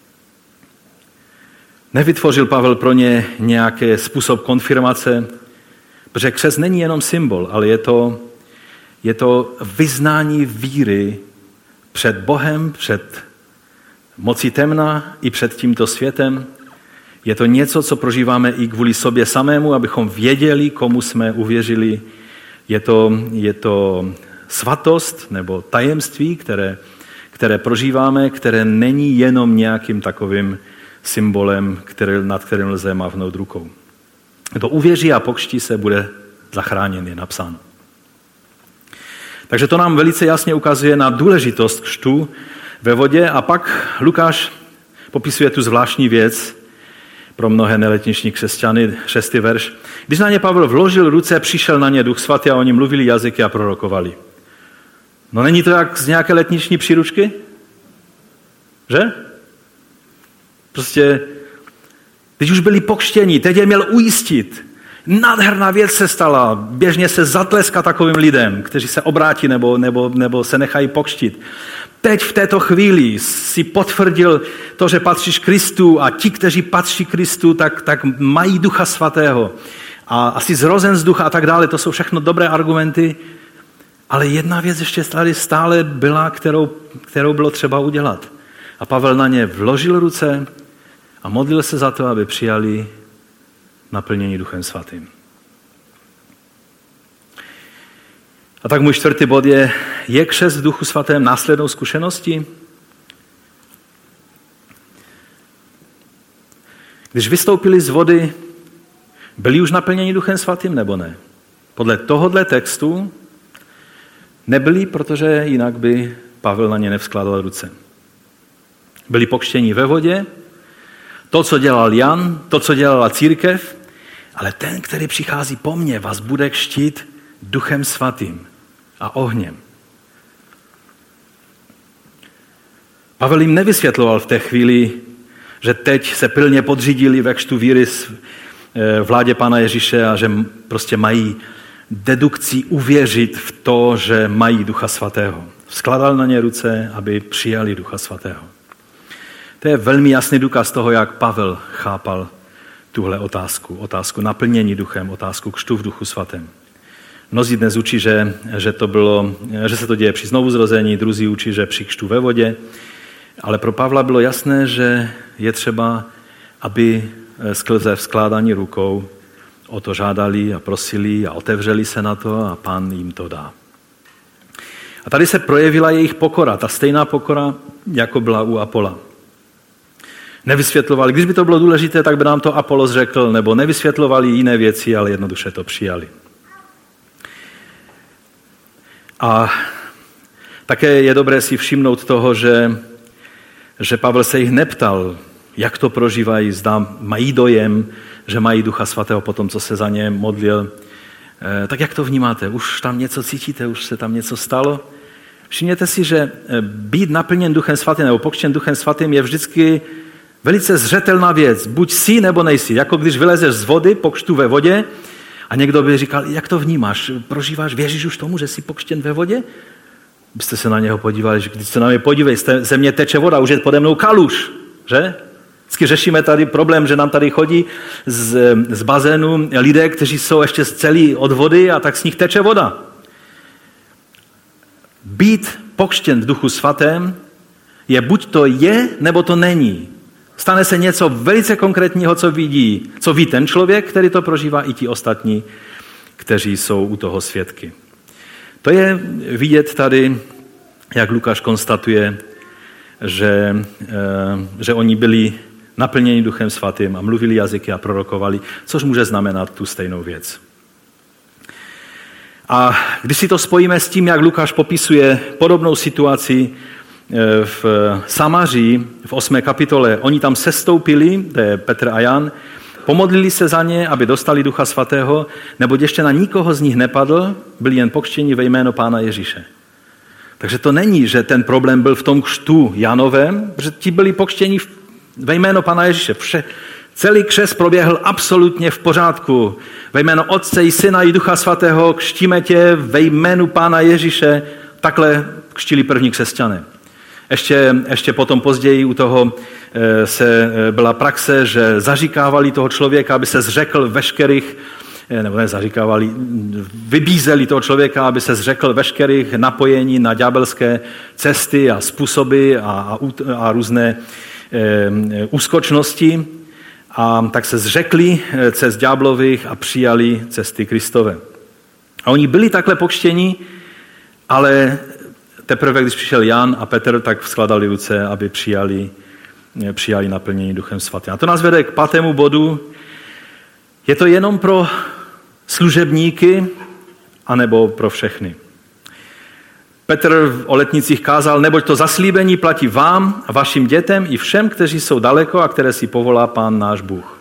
Nevytvořil Pavel pro ně nějaký způsob konfirmace, protože křest není jenom symbol, ale je to vyznání víry před Bohem, před mocí temna i před tímto světem. Je to něco, co prožíváme i kvůli sobě samému, abychom věděli, komu jsme uvěřili. Je to svatost nebo tajemství, které prožíváme, které není jenom nějakým takovým symbolem, nad kterým lze mávnout rukou. Kdo uvěří a pokřtí se, bude zachráněn, je napsáno. Takže to nám velice jasně ukazuje na důležitost křtu ve vodě a pak Lukáš popisuje tu zvláštní věc pro mnohé neletniční křesťany, 6. verš. Když na ně Pavel vložil ruce, přišel na ně Duch Svatý a oni mluvili jazyky a prorokovali. No není to jak z nějaké letniční příručky? Že? Prostě, když už byli pokřtěni, teď je měl ujistit. Nádherná věc se stala. Běžně se zatleská takovým lidem, kteří se obrátí nebo se nechají pokřtit. Teď v této chvíli si potvrdil to, že patříš Kristu a ti, kteří patří Kristu, tak mají Ducha Svatého. A asi zrozen z ducha a tak dále. To jsou všechno dobré argumenty. Ale jedna věc ještě tady stále byla, kterou bylo třeba udělat. A Pavel na ně vložil ruce a modlil se za to, aby přijali naplnění Duchem Svatým. A tak můj 4. bod je křest v Duchu Svatém následnou zkušeností? Když vystoupili z vody, byli už naplněni Duchem Svatým nebo ne? Podle tohohle textu nebyli, protože jinak by Pavel na ně nevzkládal ruce. Byli pokřtěni ve vodě, to, co dělal Jan, to, co dělala církev, ale ten, který přichází po mně, vás bude křtít Duchem Svatým a ohněm. Pavel jim nevysvětloval v té chvíli, že teď se pilně podřídili ve křtu víry vládě Pána Ježíše a že prostě mají dedukcí uvěřit v to, že mají Ducha Svatého. Vzkládal na ně ruce, aby přijali Ducha Svatého. To je velmi jasný důkaz toho, jak Pavel chápal tuhle otázku naplnění duchem, otázku křtu v Duchu Svatém. Mnozí dnes učí, že se to děje při znovuzrození, druzí učí, že při křtu ve vodě, ale pro Pavla bylo jasné, že je třeba, aby skrze vzkládání rukou o to žádali a prosili a otevřeli se na to a Pán jim to dá. A tady se projevila jejich pokora, ta stejná pokora, jako byla u Apola. Nevysvětlovali, když by to bylo důležité, tak by nám to Apolos řekl, nebo nevysvětlovali jiné věci, ale jednoduše to přijali. A také je dobré si všimnout toho, že Pavel se jich neptal, jak to prožívají, zda mají dojem, že mají Ducha Svatého po tom, co se za ně modlil. Tak jak to vnímáte? Už tam něco cítíte? Už se tam něco stalo? Všimněte si, že být naplněn Duchem Svatým nebo pokřtěn Duchem Svatým je vždycky velice zřetelná věc. Buď jsi, nebo nejsi. Jako když vylezeš z vody, po křtu ve vodě, a někdo by říkal, jak to vnímáš? Prožíváš, věříš už tomu, že jsi pokřtěn ve vodě? Byste se na něho podívali, že když se na mě podívej, ze mě teče voda, už je pode mnou kaluž, že? Vždycky řešíme tady problém, že nám tady chodí z bazénu lidé, kteří jsou ještě celí od vody a tak z nich teče voda. Být pokřtěn v Duchu Svatém je buď to je, nebo to není. Stane se něco velice konkrétního, co ví ten člověk, který to prožívá, i ti ostatní, kteří jsou u toho svědky. To je vidět tady, jak Lukáš konstatuje, že oni byli naplněni Duchem Svatým a mluvili jazyky a prorokovali, což může znamenat tu stejnou věc. A když si to spojíme s tím, jak Lukáš popisuje podobnou situaci v Samaří, v 8. kapitole, oni tam sestoupili, to je Petr a Jan, pomodlili se za ně, aby dostali Ducha Svatého, neboť ještě na nikoho z nich nepadl, byli jen pokřtěni ve jméno Pána Ježíše. Takže to není, že ten problém byl v tom křtu Janovém, že ti byli pokřtěni ve jméno Pána Ježíše. Celý křest proběhl absolutně v pořádku. Ve jméno Otce i Syna i Ducha Svatého křtíme tě ve jménu Pána Ježíše. Takhle křtili první křesťané. Ještě potom později u toho byla praxe, že zaříkávali toho člověka, aby se zřekl veškerých, nebo ne zaříkávali, vybízeli toho člověka, aby se zřekl veškerých napojení na ďábelské cesty a způsoby a různé úskočnosti. A tak se zřekli cest ďáblových a přijali cesty Kristove. A oni byli takhle pokřtěni, ale teprve, když přišel Jan a Petr, tak skladali ruce, aby přijali naplnění Duchem Svatým. A to nás vede k 5. bodu. Je to jenom pro služebníky, anebo pro všechny? Petr o letnicích kázal, neboť to zaslíbení platí vám a vašim dětem i všem, kteří jsou daleko a které si povolá Pán náš Bůh.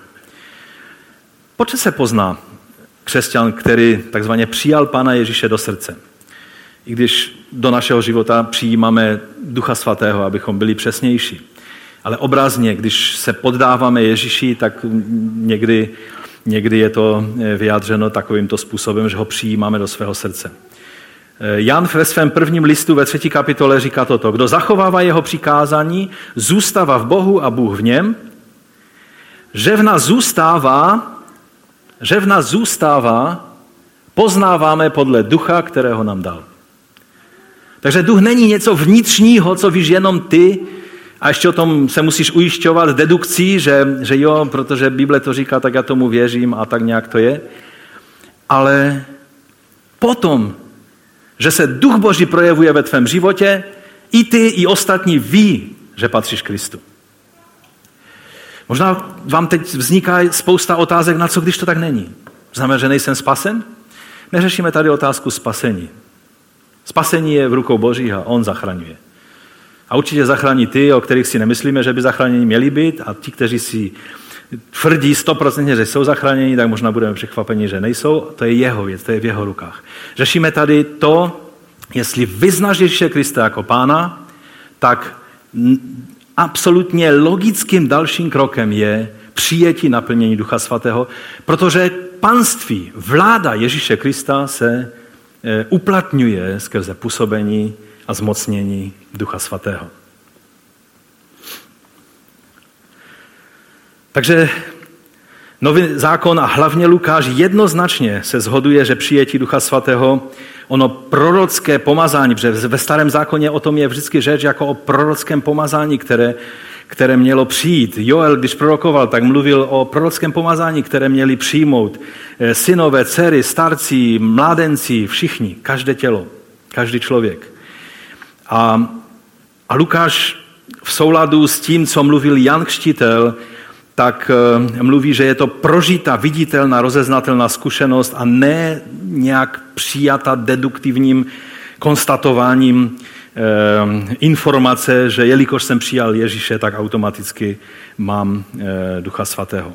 Proč se pozná křesťan, který takzvaně přijal Pána Ježíše do srdce? I když do našeho života přijímáme Ducha Svatého, abychom byli přesnější. Ale obrazně, když se poddáváme Ježíši, tak někdy je to vyjádřeno takovýmto způsobem, že ho přijímáme do svého srdce. Jan ve svém prvním listu ve 3. kapitole říká toto. Kdo zachovává jeho přikázání, zůstává v Bohu a Bůh v něm. Že v nás zůstává, poznáváme podle ducha, kterého nám dal. Takže duch není něco vnitřního, co víš jenom ty, a ještě o tom se musíš ujišťovat dedukcí, že jo, protože Bible to říká, tak já tomu věřím a tak nějak to je. Ale potom, že se Duch Boží projevuje ve tvém životě, i ty, i ostatní ví, že patříš Kristu. Možná vám teď vzniká spousta otázek, na co když to tak není. Znamená, že nejsem spasen? Neřešíme tady otázku spasení. Spasení je v rukou Boží a on zachraňuje. A určitě zachrání ty, o kterých si nemyslíme, že by zachráněni měli být, a ti, kteří si tvrdí 100%, že jsou zachráněni, tak možná budeme překvapeni, že nejsou. To je jeho věc, to je v jeho rukách. Řešíme tady to, jestli vyznáš Ježíše Krista jako Pána, tak absolutně logickým dalším krokem je přijetí naplnění Ducha Svatého, protože panství, vláda Ježíše Krista se uplatňuje skrze působení a zmocnění Ducha Svatého. Takže Nový zákon a hlavně Lukáš jednoznačně se shoduje, že přijetí Ducha Svatého, ono prorocké pomazání, protože ve Starém zákoně o tom je vždycky řeč jako o prorockém pomazání, které mělo přijít. Joel, když prorokoval, tak mluvil o prorockém pomazání, které měli přijmout synové, dcery, starci, mládenci, všichni, každé tělo, každý člověk. A Lukáš v souladu s tím, co mluvil Jan Křtitel, tak mluví, že je to prožitá, viditelná, rozeznatelná zkušenost a ne nějak přijata deduktivním konstatováním informace, že jelikož jsem přijal Ježíše, tak automaticky mám Ducha Svatého.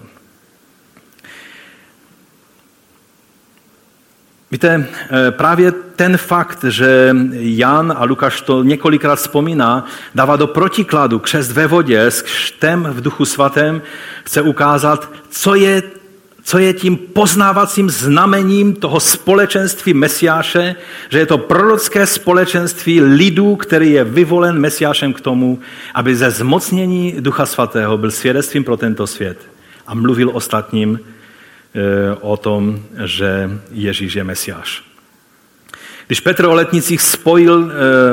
Víte, právě ten fakt, že Jan a Lukáš to několikrát vzpomíná, dává do protikladu křest ve vodě s křtem v Duchu Svatém, chce ukázat, co je tím poznávacím znamením toho společenství Mesiáše, že je to prorocké společenství lidu, který je vyvolen Mesiášem k tomu, aby ze zmocnění Ducha Svatého byl svědectvím pro tento svět a mluvil ostatním o tom, že Ježíš je Mesiáš. Když Petr o letnicích spojil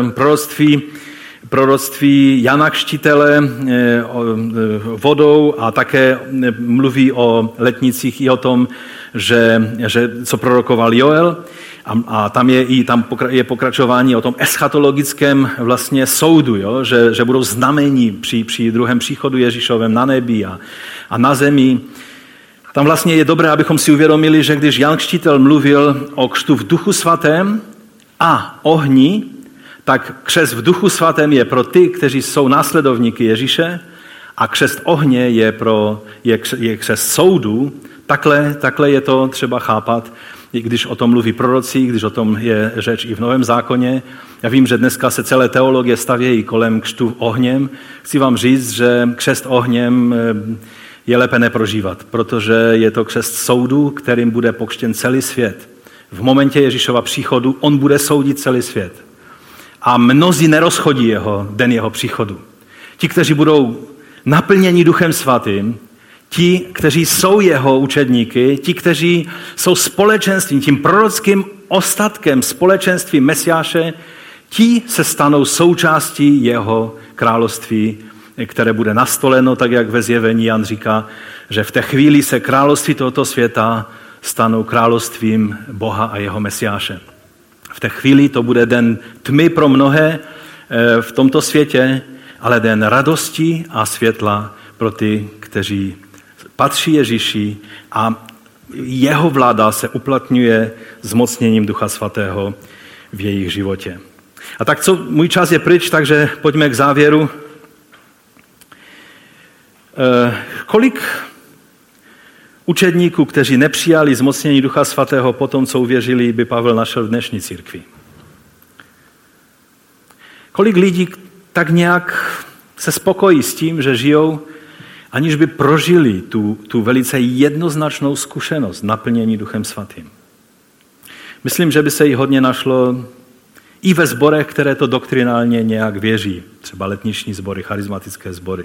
proroctví Jana Křtitele vodou a také mluví o letnicích i o tom, že co prorokoval Joel, a tam je pokračování o tom eschatologickém vlastně soudu, jo? Že budou znamení při druhém příchodu Ježíšovém na nebi a na zemi. Tam vlastně je dobré, abychom si uvědomili, že když Jan Křtitel mluvil o křtu v Duchu Svatém a ohni, tak křest v Duchu Svatém je pro ty, kteří jsou následovníky Ježíše, a křest ohně je křest soudu. Takhle je to třeba chápat, když o tom mluví proroci, když o tom je řeč i v Novém zákoně. Já vím, že dneska se celé teologie stavějí kolem křtu ohněm. Chci vám říct, že křest ohněm je lépe neprožívat, protože je to křest soudu, kterým bude pokřtěn celý svět. V momentě Ježíšova příchodu on bude soudit celý svět. A mnozí nerozchodí den jeho příchodu. Ti, kteří budou naplněni Duchem Svatým, ti, kteří jsou jeho učedníky, ti, kteří jsou společenstvím, tím prorockým ostatkem společenství Mesiáše, ti se stanou součástí jeho království, které bude nastoleno, tak jak ve Zjevení Jan říká, že v té chvíli se království tohoto světa stanou královstvím Boha a jeho Mesiáše. V té chvíli to bude den tmy pro mnohé v tomto světě, ale den radosti a světla pro ty, kteří patří Ježíši, a jeho vláda se uplatňuje zmocněním Ducha Svatého v jejich životě. A tak můj čas je pryč, takže pojďme k závěru. Kolik učedníků, kteří nepřijali zmocnění Ducha Svatého po tom, co uvěřili, by Pavel našel v dnešní církvi? Kolik lidí tak nějak se spokojí s tím, že žijou, aniž by prožili tu velice jednoznačnou zkušenost naplnění Duchem Svatým. Myslím, že by se jí hodně našlo i ve sborech, které to doktrinálně nějak věří. Třeba letniční sbory, charismatické sbory.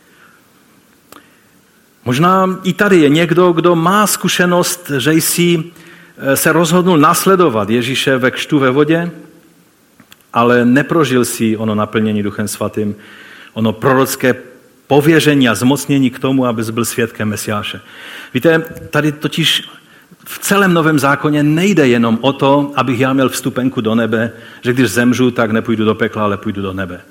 Možná i tady je někdo, kdo má zkušenost, že jsi se rozhodnul následovat Ježíše ve křtu ve vodě, ale neprožil si ono naplnění Duchem Svatým, ono prorocké pověření a zmocnění k tomu, abys byl svědkem Mesiáše. Víte, tady totiž v celém Novém zákoně nejde jenom o to, abych já měl vstupenku do nebe, že když zemřu, tak nepůjdu do pekla, ale půjdu do nebe.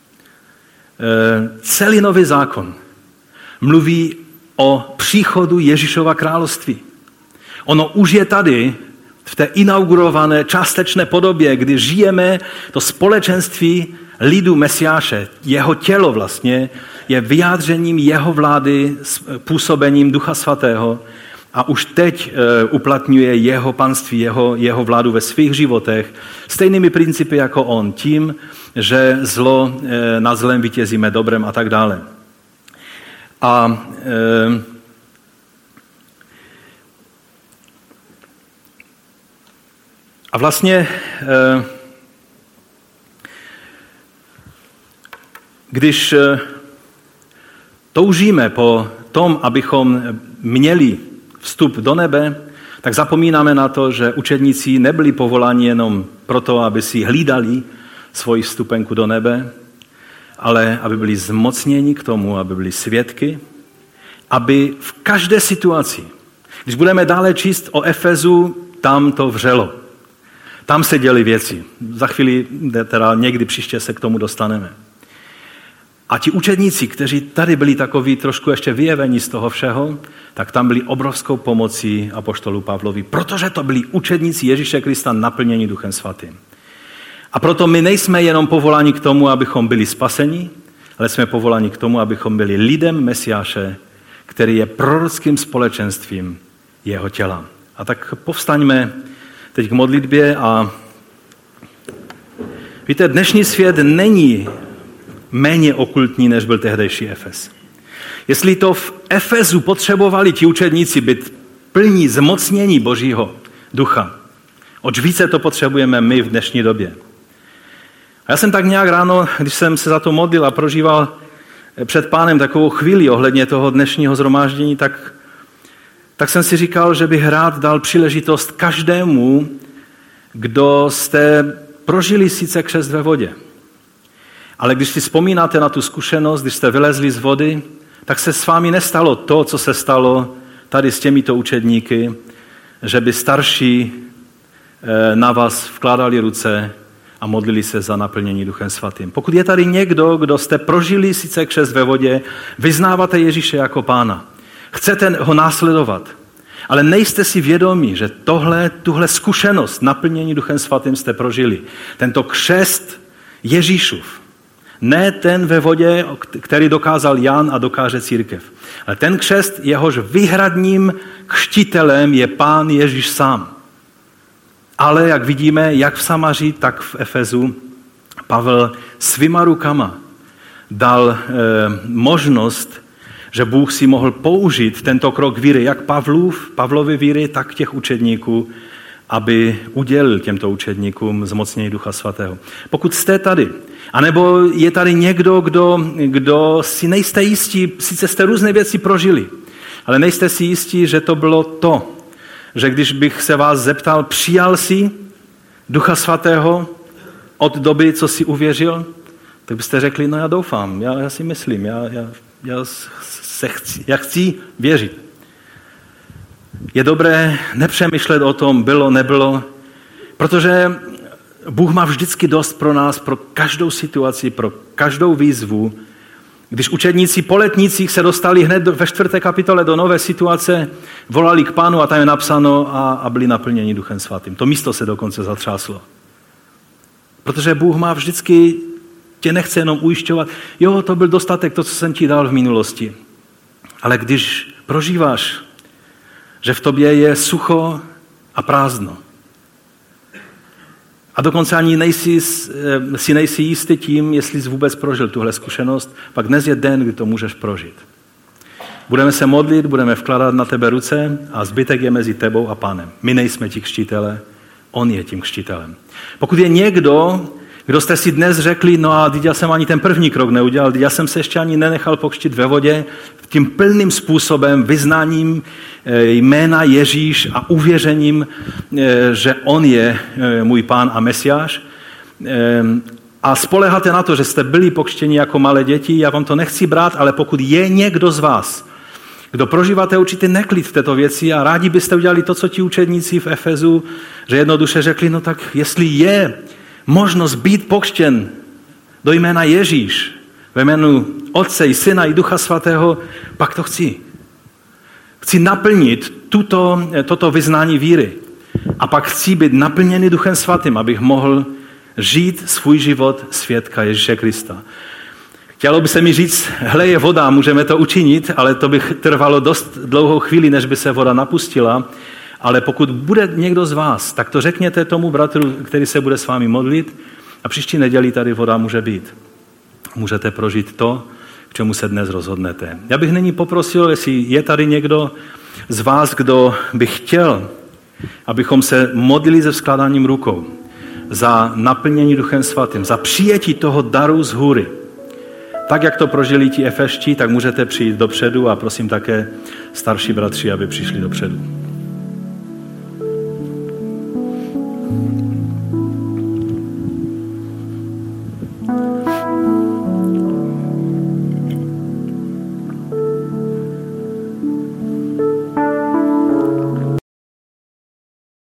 Celý Nový zákon mluví o příchodu Ježíšova království. Ono už je tady v té inaugurované částečné podobě, kdy žijeme to společenství lidu Mesiáše. Jeho tělo vlastně je vyjádřením jeho vlády s působením Ducha Svatého a už teď uplatňuje jeho panství, jeho vládu ve svých životech stejnými principy jako on, tím, že zlo nad zlem vítězíme dobrem a tak dále. A vlastně, když toužíme po tom, abychom měli vstup do nebe, tak zapomínáme na to, že učedníci nebyli povoláni jenom proto, aby si hlídali svoji vstupenku do nebe, ale aby byli zmocněni k tomu, aby byli svědky, aby v každé situaci, když budeme dále číst o Efezu, tam to vřelo. Tam se děly věci. Za chvíli, teda někdy příště se k tomu dostaneme. A ti učedníci, kteří tady byli takoví trošku ještě vyjevení z toho všeho, tak tam byli obrovskou pomocí apoštolu Pavlovi, protože to byli učedníci Ježíše Krista naplnění Duchem Svatým. A proto my nejsme jenom povoláni k tomu, abychom byli spaseni, ale jsme povoláni k tomu, abychom byli lidem Mesiáše, který je prorockým společenstvím jeho těla. A tak povstaňme teď k modlitbě a víte, dnešní svět není méně okultní, než byl tehdejší Efes. Jestli to v Efezu potřebovali ti učedníci být plní zmocnění Božího ducha, oč více to potřebujeme my v dnešní době. A já jsem tak nějak ráno, když jsem se za to modlil a prožíval před Pánem takovou chvíli ohledně toho dnešního shromáždění, tak jsem si říkal, že bych rád dal příležitost každému, kdo jste prožili sice křest ve vodě. Ale když si vzpomínáte na tu zkušenost, když jste vylezli z vody, tak se s vámi nestalo to, co se stalo tady s těmito učedníky, že by starší na vás vkládali ruce a modlili se za naplnění Duchem Svatým. Pokud je tady někdo, kdo jste prožili sice křest ve vodě, vyznáváte Ježíše jako Pána, chcete ho následovat, ale nejste si vědomí, že tuhle zkušenost naplnění Duchem Svatým jste prožili. Tento křest Ježíšův. Ne ten ve vodě, který dokázal Jan a dokáže církev. Ale ten křest, jehož výhradním křtitelem je Pán Ježíš sám. Ale jak vidíme, jak v Samaří, tak v Efezu, Pavel svýma rukama dal možnost, že Bůh si mohl použít tento krok víry, jak Pavlovy víry, tak těch učedníků, aby udělil těmto učedníkům zmocnění Ducha Svatého. Pokud jste tady, anebo je tady někdo, kdo si nejste jistí, sice jste různé věci prožili, ale nejste si jistí, že to bylo to, že když bych se vás zeptal, přijal jsi Ducha Svatého od doby, co jsi uvěřil, tak byste řekli, no já doufám, já si myslím, já chci věřit. Je dobré nepřemýšlet o tom, bylo, nebylo, protože Bůh má vždycky dost pro nás, pro každou situaci, pro každou výzvu. Když učedníci po letnicích se dostali hned ve 4. kapitole do nové situace, volali k Pánu a tam je napsáno a byli naplněni Duchem Svatým. To místo se dokonce zatřáslo. Protože Bůh má vždycky, tě nechce jenom ujišťovat, jo, to byl dostatek, to, co jsem ti dal v minulosti. Ale když prožíváš, že v tobě je sucho a prázdno, a dokonce ani si nejsi jistý tím, jestli jsi vůbec prožil tuhle zkušenost, pak dnes je den, kdy to můžeš prožít. Budeme se modlit, budeme vkládat na tebe ruce a zbytek je mezi tebou a Pánem. My nejsme ti křtitele, on je tím křtitelem. Pokud je někdo, kdo jste si dnes řekli, no a já jsem ani ten první krok neudělal, já jsem se ještě ani nenechal pokřtit ve vodě, tím plným způsobem, vyznáním jména Ježíš a uvěřením, že on je můj Pán a Mesiáš, a spoléháte na to, že jste byli pokřtěni jako malé děti, já vám to nechci brát, ale pokud je někdo z vás, kdo prožíváte určitý neklid v této věci a rádi byste udělali to, co ti učedníci v Efezu, že jednoduše řekli, no tak jestli je možnost být pokřtěn do jména Ježíš, ve jménu Otce i Syna i Ducha Svatého, pak to chci. Chci naplnit toto vyznání víry. A pak chci být naplněný Duchem Svatým, abych mohl žít svůj život svědka Ježíše Krista. Chtělo by se mi říct, hle je voda, můžeme to učinit, ale to by trvalo dost dlouhou chvíli, než by se voda napustila. Ale pokud bude někdo z vás, tak to řekněte tomu bratru, který se bude s vámi modlit a příští neděli tady voda může být. Můžete prožít to, k čemu se dnes rozhodnete. Já bych nyní poprosil, jestli je tady někdo z vás, kdo by chtěl, abychom se modlili se vzkládáním rukou za naplnění Duchem Svatým, za přijetí toho daru z hůry. Tak, jak to prožili ti Efešti, tak můžete přijít dopředu a prosím také starší bratři, aby přišli dopředu.